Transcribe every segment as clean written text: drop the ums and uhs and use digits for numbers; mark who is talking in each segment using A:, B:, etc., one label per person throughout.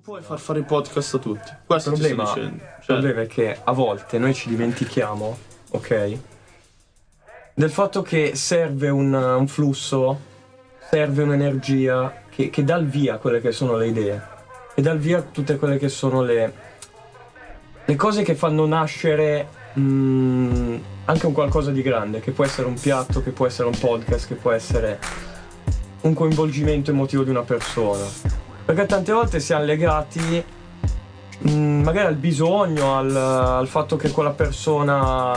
A: puoi far fare il podcast a tutti. Questo ti sto dicendo.
B: Il problema è che a volte noi ci dimentichiamo, ok? Del fatto che serve un flusso, serve un'energia che dà il via a quelle che sono le idee, e dà il via a tutte quelle che sono le cose che fanno nascere anche un qualcosa di grande, che può essere un piatto, che può essere un podcast, che può essere un coinvolgimento emotivo di una persona. Perché tante volte siamo legati magari al bisogno, al fatto che quella persona,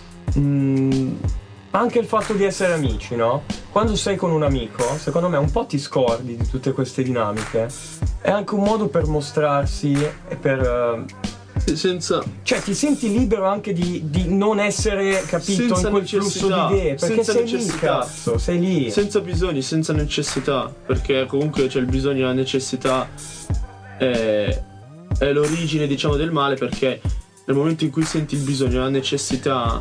B: anche il fatto di essere amici, no? Quando sei con un amico, secondo me un po' ti scordi di tutte queste dinamiche. È anche un modo per mostrarsi e per... Cioè ti senti libero anche di non essere, capito, in quel flusso di idee, perché sei lì, cazzo, sei lì.
A: Senza bisogni, senza necessità, perché comunque c'è il bisogno e la necessità è l'origine, diciamo, del male, perché nel momento in cui senti il bisogno e la necessità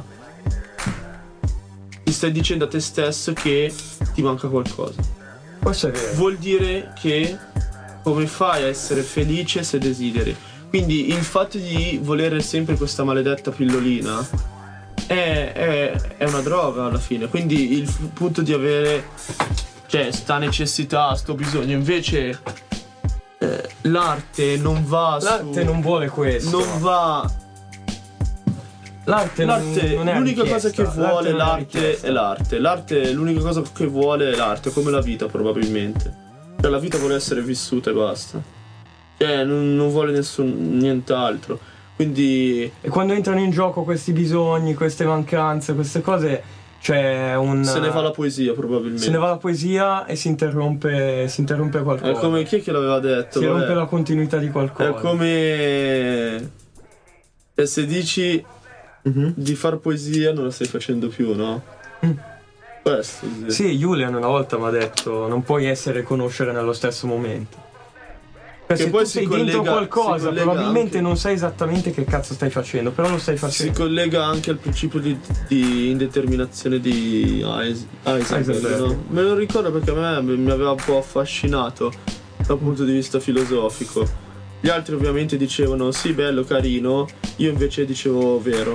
A: ti stai dicendo a te stesso che ti manca qualcosa.
B: Questo è vero.
A: Vuol dire che come fai a essere felice se desideri? Quindi il fatto di volere sempre questa maledetta pillolina è una droga alla fine. Quindi il punto di avere, cioè, sta necessità, sto bisogno, invece l'arte non va
B: L'arte non vuole questo.
A: Non va.
B: L'arte non è
A: l'unica cosa che vuole
B: l'arte
A: è l'arte. L'arte è l'unica cosa che vuole è l'arte, come la vita probabilmente. Cioè la vita vuole essere vissuta e basta. Non vuole nient'altro. Quindi.
B: E quando entrano in gioco questi bisogni, queste mancanze, queste cose, c'è
A: se ne va la poesia probabilmente.
B: Se ne va la poesia e si interrompe qualcosa.
A: È come chi è che l'aveva detto?
B: Si rompe la continuità di qualcosa.
A: È come se dici di far poesia non la stai facendo più, no? Questo,
B: sì, Julian una volta mi ha detto non puoi essere e conoscere nello stesso momento. Se poi tu sei dentro qualcosa, probabilmente anche non sai esattamente che cazzo stai facendo, però lo stai facendo.
A: Si collega anche al principio di indeterminazione di Heisenberg, no? Me lo ricordo perché a me mi aveva un po' affascinato dal punto di vista filosofico. Gli altri ovviamente dicevano sì, bello, carino, io invece dicevo vero.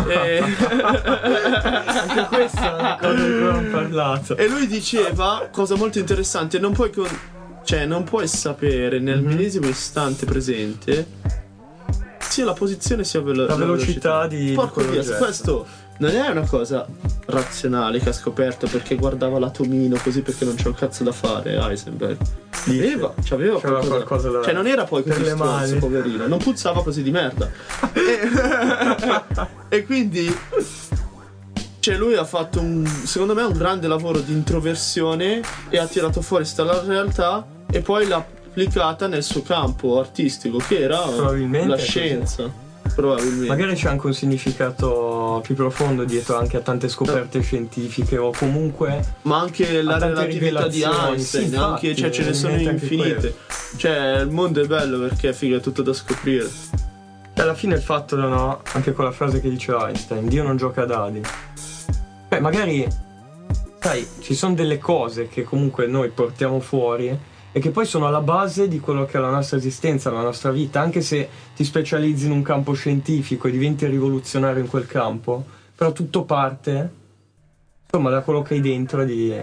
B: Anche questa è una cosa di cui abbiamo parlato.
A: E lui diceva, cosa molto interessante, non puoi sapere nel medesimo istante presente sia la posizione sia la velocità
B: di
A: porco Dio, questo non è una cosa razionale che ha scoperto perché guardava l'atomino così, perché non c'è un cazzo da fare. Heisenberg c'aveva qualcosa da... Cioè non era poi così stronzo, poverino, non puzzava così di merda. E quindi cioè lui ha fatto secondo me un grande lavoro di introversione e ha tirato fuori la realtà e poi l'ha applicata nel suo campo artistico, che era la scienza. Probabilmente.
B: Magari c'è anche un significato più profondo dietro anche a tante scoperte scientifiche, o comunque
A: ma anche la relatività di Einstein, sì, anche, cioè ce ne sono infinite. Cioè il mondo è bello perché figa, è tutto da scoprire.
B: Alla fine il fatto, no, anche con la frase che dice Einstein, Dio non gioca a dadi. Magari sai, ci sono delle cose che comunque noi portiamo fuori e che poi sono alla base di quello che è la nostra esistenza, la nostra vita, anche se ti specializzi in un campo scientifico e diventi rivoluzionario in quel campo, però tutto parte, insomma, da quello che hai dentro e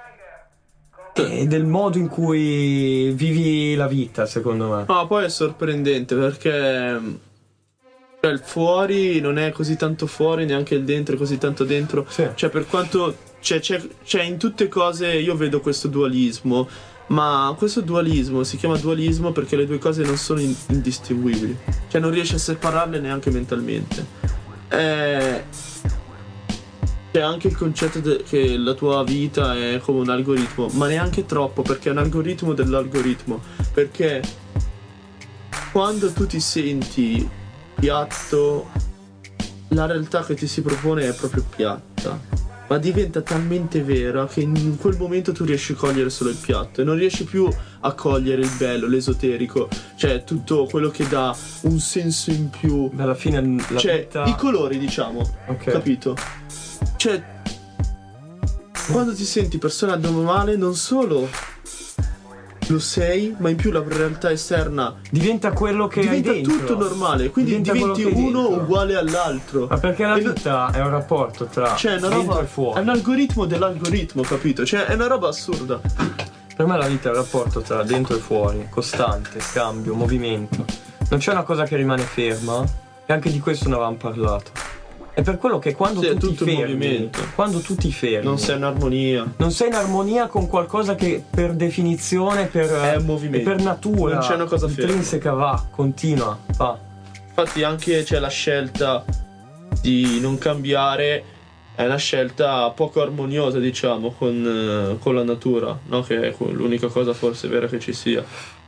B: del modo in cui vivi la vita, secondo me.
A: No, poi è sorprendente perché il fuori non è così tanto fuori, neanche il dentro è così tanto dentro.
B: Sì.
A: Cioè per quanto c'è in tutte cose io vedo questo dualismo. Ma questo dualismo si chiama dualismo perché le due cose non sono indistinguibili. Cioè non riesci a separarle neanche mentalmente. C'è anche il concetto che la tua vita è come un algoritmo, ma neanche troppo, perché è un algoritmo dell'algoritmo. Perché quando tu ti senti piatto, la realtà che ti si propone è proprio piatta. Ma diventa talmente vera che in quel momento tu riesci a cogliere solo il piatto e non riesci più a cogliere il bello, l'esoterico, cioè tutto quello che dà un senso in più.
B: Alla fine la vita...
A: i colori, diciamo, okay. Capito? Cioè quando ti senti persona abnormale non solo lo sei, ma in più la realtà esterna
B: diventa quello che hai
A: diventa
B: dentro.
A: tutto normale, quindi
B: Diventa
A: diventi
B: quello che hai
A: uno
B: dentro.
A: uguale all'altro.
B: Ma perché la
A: E no-
B: vita è un rapporto tra
A: Cioè, è una
B: dentro
A: roba,
B: e
A: è
B: fuori.
A: un algoritmo dell'algoritmo, capito? Cioè, è una roba assurda.
B: Per me la vita è un rapporto tra dentro e fuori, costante, scambio, movimento. Non c'è una cosa che rimane ferma, e anche di questo ne avevamo parlato. È per quello che quando
A: Sì, è
B: tu ti
A: tutto in
B: fermi,
A: movimento.
B: quando tu ti fermi,
A: Non sei in armonia.
B: non sei in armonia con qualcosa che per definizione,
A: È un movimento.
B: e per natura
A: Non c'è una cosa ferma.
B: intrinseca va, continua, va.
A: Infatti anche c'è la scelta di non cambiare, è una scelta poco armoniosa, diciamo, con la natura, no? Che è l'unica cosa forse vera che ci sia.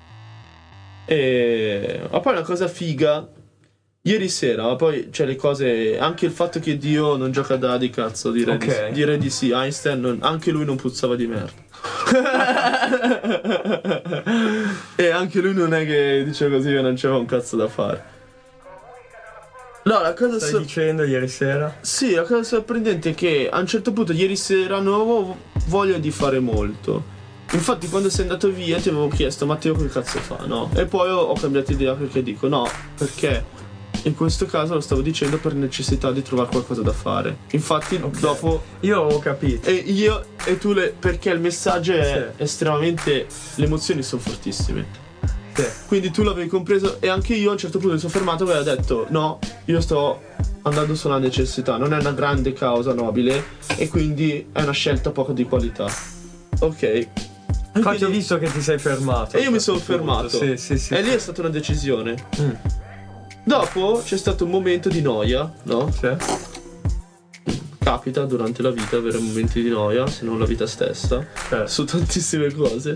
A: Ma poi una cosa figa, ieri sera, ma poi c'è le cose, anche il fatto che Dio non gioca a dadi, cazzo,
B: Ok.
A: direi di sì. Einstein, anche lui non puzzava di merda. E anche lui non è che dice così che non c'era un cazzo da fare. No, la cosa
B: Stai dicendo ieri sera?
A: sì, la cosa sorprendente è che a un certo punto ieri sera non avevo voglia di fare molto. Infatti quando sei andato via ti avevo chiesto Matteo che cazzo fa, no? E poi ho cambiato idea perché dico no, perché in questo caso lo stavo dicendo per necessità di trovare qualcosa da fare. Infatti dopo
B: Io avevo capito.
A: e io e tu perché il messaggio è
B: Sì.
A: estremamente, le emozioni sono fortissime.
B: Sì.
A: Quindi tu l'avevi compreso e anche io a un certo punto mi sono fermato e avevo detto no, io sto andando sulla necessità, non è una grande causa nobile e quindi è una scelta poco di qualità. Ok.
B: Infatti
A: Quindi-
B: ho visto che ti sei fermato.
A: e io mi
B: a
A: sono
B: questo punto.
A: fermato.
B: Sì.
A: E lì è stata una decisione.
B: Mm.
A: Dopo c'è stato un momento di noia, no?
B: Sì.
A: Capita durante la vita avere momenti di noia, se non la vita stessa, su tantissime cose.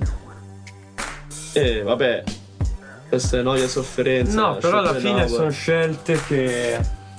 A: E vabbè, questa è noia e sofferenza.
B: No, però alla fine
A: Schopenhauer.
B: sono scelte che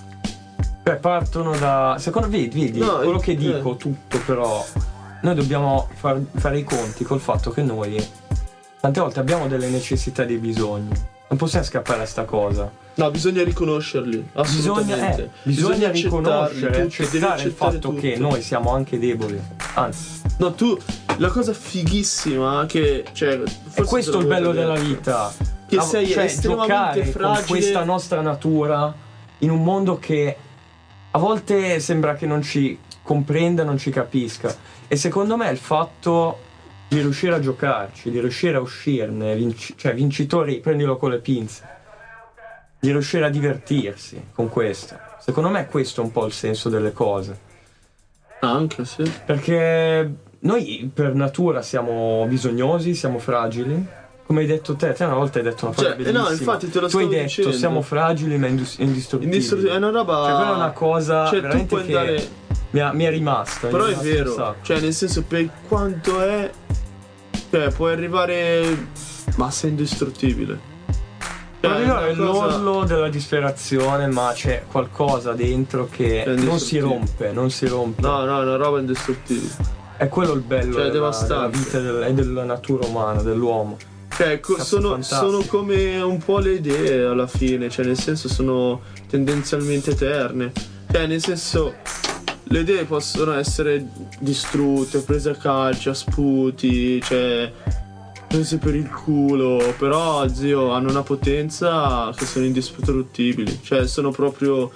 B: partono da. Secondo me, vedi,
A: No,
B: quello che dico, tutto però. Noi dobbiamo fare i conti col fatto che noi tante volte abbiamo delle necessità e dei bisogni. Non possiamo scappare a sta cosa.
A: No, bisogna riconoscerli, assolutamente.
B: Bisogna
A: accettarli
B: riconoscere,
A: tutti, devi
B: accettare il
A: accettare
B: fatto
A: tutto.
B: che noi siamo anche deboli. Anzi,
A: No, tu, la cosa fighissima che, cioè,
B: è
A: forse
B: questo
A: te
B: il bello
A: l'avevo
B: della
A: detto.
B: vita.
A: Che sei
B: cioè,
A: estremamente
B: giocare
A: fragile.
B: con questa nostra natura in un mondo che a volte sembra che non ci comprenda, non ci capisca. E secondo me il fatto di riuscire a giocarci, di riuscire a uscirne, cioè vincitori, prendilo con le pinze, di riuscire a divertirsi con questo. Secondo me questo è un po' il senso delle cose.
A: Anche, sì.
B: Perché noi per natura siamo bisognosi, siamo fragili. Come hai detto te una volta hai detto una cosa
A: Cioè,
B: bellissima.
A: no, infatti te lo
B: Tu hai
A: stavo
B: detto
A: dicendo.
B: siamo fragili ma indistruttibili.
A: È una roba.
B: Cioè quella è una cosa
A: Cioè, tu
B: veramente
A: puoi
B: che
A: andare.
B: mi è rimasta.
A: Però
B: mi
A: è
B: rimasta un
A: vero.
B: sacco.
A: Cioè, nel senso, per quanto è. Cioè, puoi arrivare. Ma sei indistruttibile.
B: Può
A: Cioè,
B: arrivare
A: è una cosa-
B: l'orlo della disperazione, ma c'è qualcosa dentro che
A: È
B: non si
A: indistruttibile.
B: non si rompe.
A: No, è una roba indistruttibile.
B: È quello il bello
A: Cioè, è
B: della
A: devastante.
B: vita e della natura umana, dell'uomo.
A: Cioè,
B: Cazzo,
A: sono
B: fantastico.
A: come un po' le idee alla fine, cioè nel senso sono tendenzialmente eterne. Cioè, nel senso, le idee possono essere distrutte, prese a calci, a sputi, cioè prese per il culo, però zio hanno una potenza che sono indistruttibili. Cioè, sono proprio.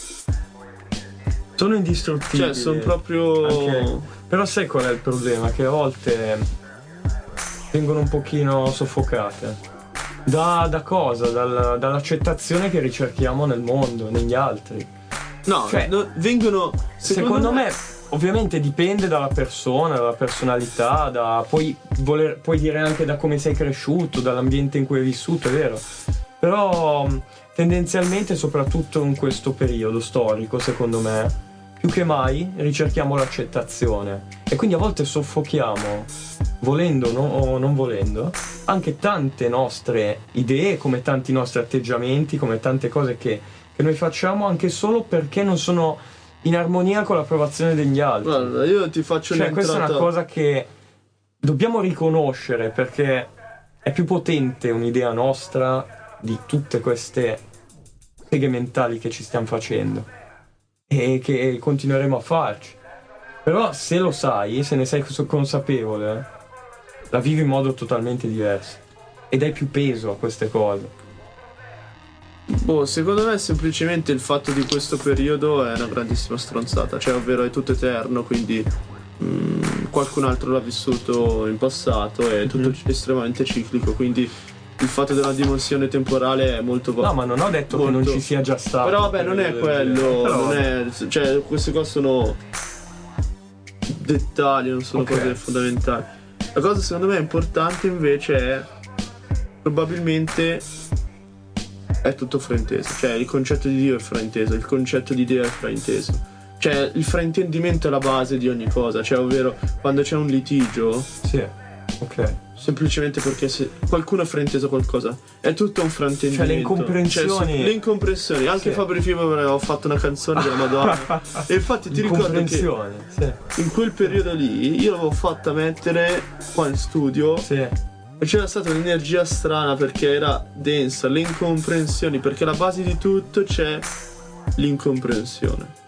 B: Sono indistruttibili.
A: Cioè, sono proprio.
B: Anche- Però sai qual è il problema? Che a volte vengono un pochino soffocate. Da cosa? Dall'accettazione che ricerchiamo nel mondo, negli altri.
A: No,
B: cioè,
A: vengono.
B: Secondo me, ovviamente dipende dalla persona, dalla personalità, puoi dire anche da come sei cresciuto, dall'ambiente in cui hai vissuto, è vero. Però tendenzialmente, soprattutto in questo periodo storico, secondo me, più che mai ricerchiamo l'accettazione. E quindi a volte soffochiamo, volendo o non volendo, anche tante nostre idee, come tanti nostri atteggiamenti, come tante cose che noi facciamo anche solo perché non sono in armonia con l'approvazione degli altri.
A: Guarda, io ti faccio
B: Cioè,
A: un'entrata.
B: questa è una cosa che dobbiamo riconoscere, perché è più potente un'idea nostra di tutte queste seghe mentali che ci stiamo facendo e che continueremo a farci. Però se lo sai, se ne sei consapevole, la vivi in modo totalmente diverso e dai più peso a queste cose.
A: Boh, secondo me semplicemente il fatto di questo periodo è una grandissima stronzata, cioè ovvero è tutto eterno, quindi qualcun altro l'ha vissuto in passato, è tutto estremamente ciclico, quindi il fatto della dimensione temporale è molto
B: No, ma non ho detto che non ci sia già stato.
A: Però vabbè, non è quello,
B: però...
A: non è, cioè queste cose sono dettagli, non sono cose fondamentali. La cosa secondo me importante invece è probabilmente è tutto frainteso, cioè il concetto di Dio è frainteso, il concetto di Dio è frainteso. Cioè il fraintendimento è la base di ogni cosa, cioè ovvero quando c'è un litigio,
B: sì, ok,
A: semplicemente perché se qualcuno ha frainteso qualcosa, è tutto un fraintendimento.
B: Cioè le incomprensioni,
A: le incomprensioni. Anche Fabri Fibra ho fatto una canzone della Madonna e infatti ti ricordo che in quel periodo lì io l'avevo fatta mettere qua in studio, e c'era stata un'energia strana perché era densa, le incomprensioni, perché alla base di tutto c'è l'incomprensione.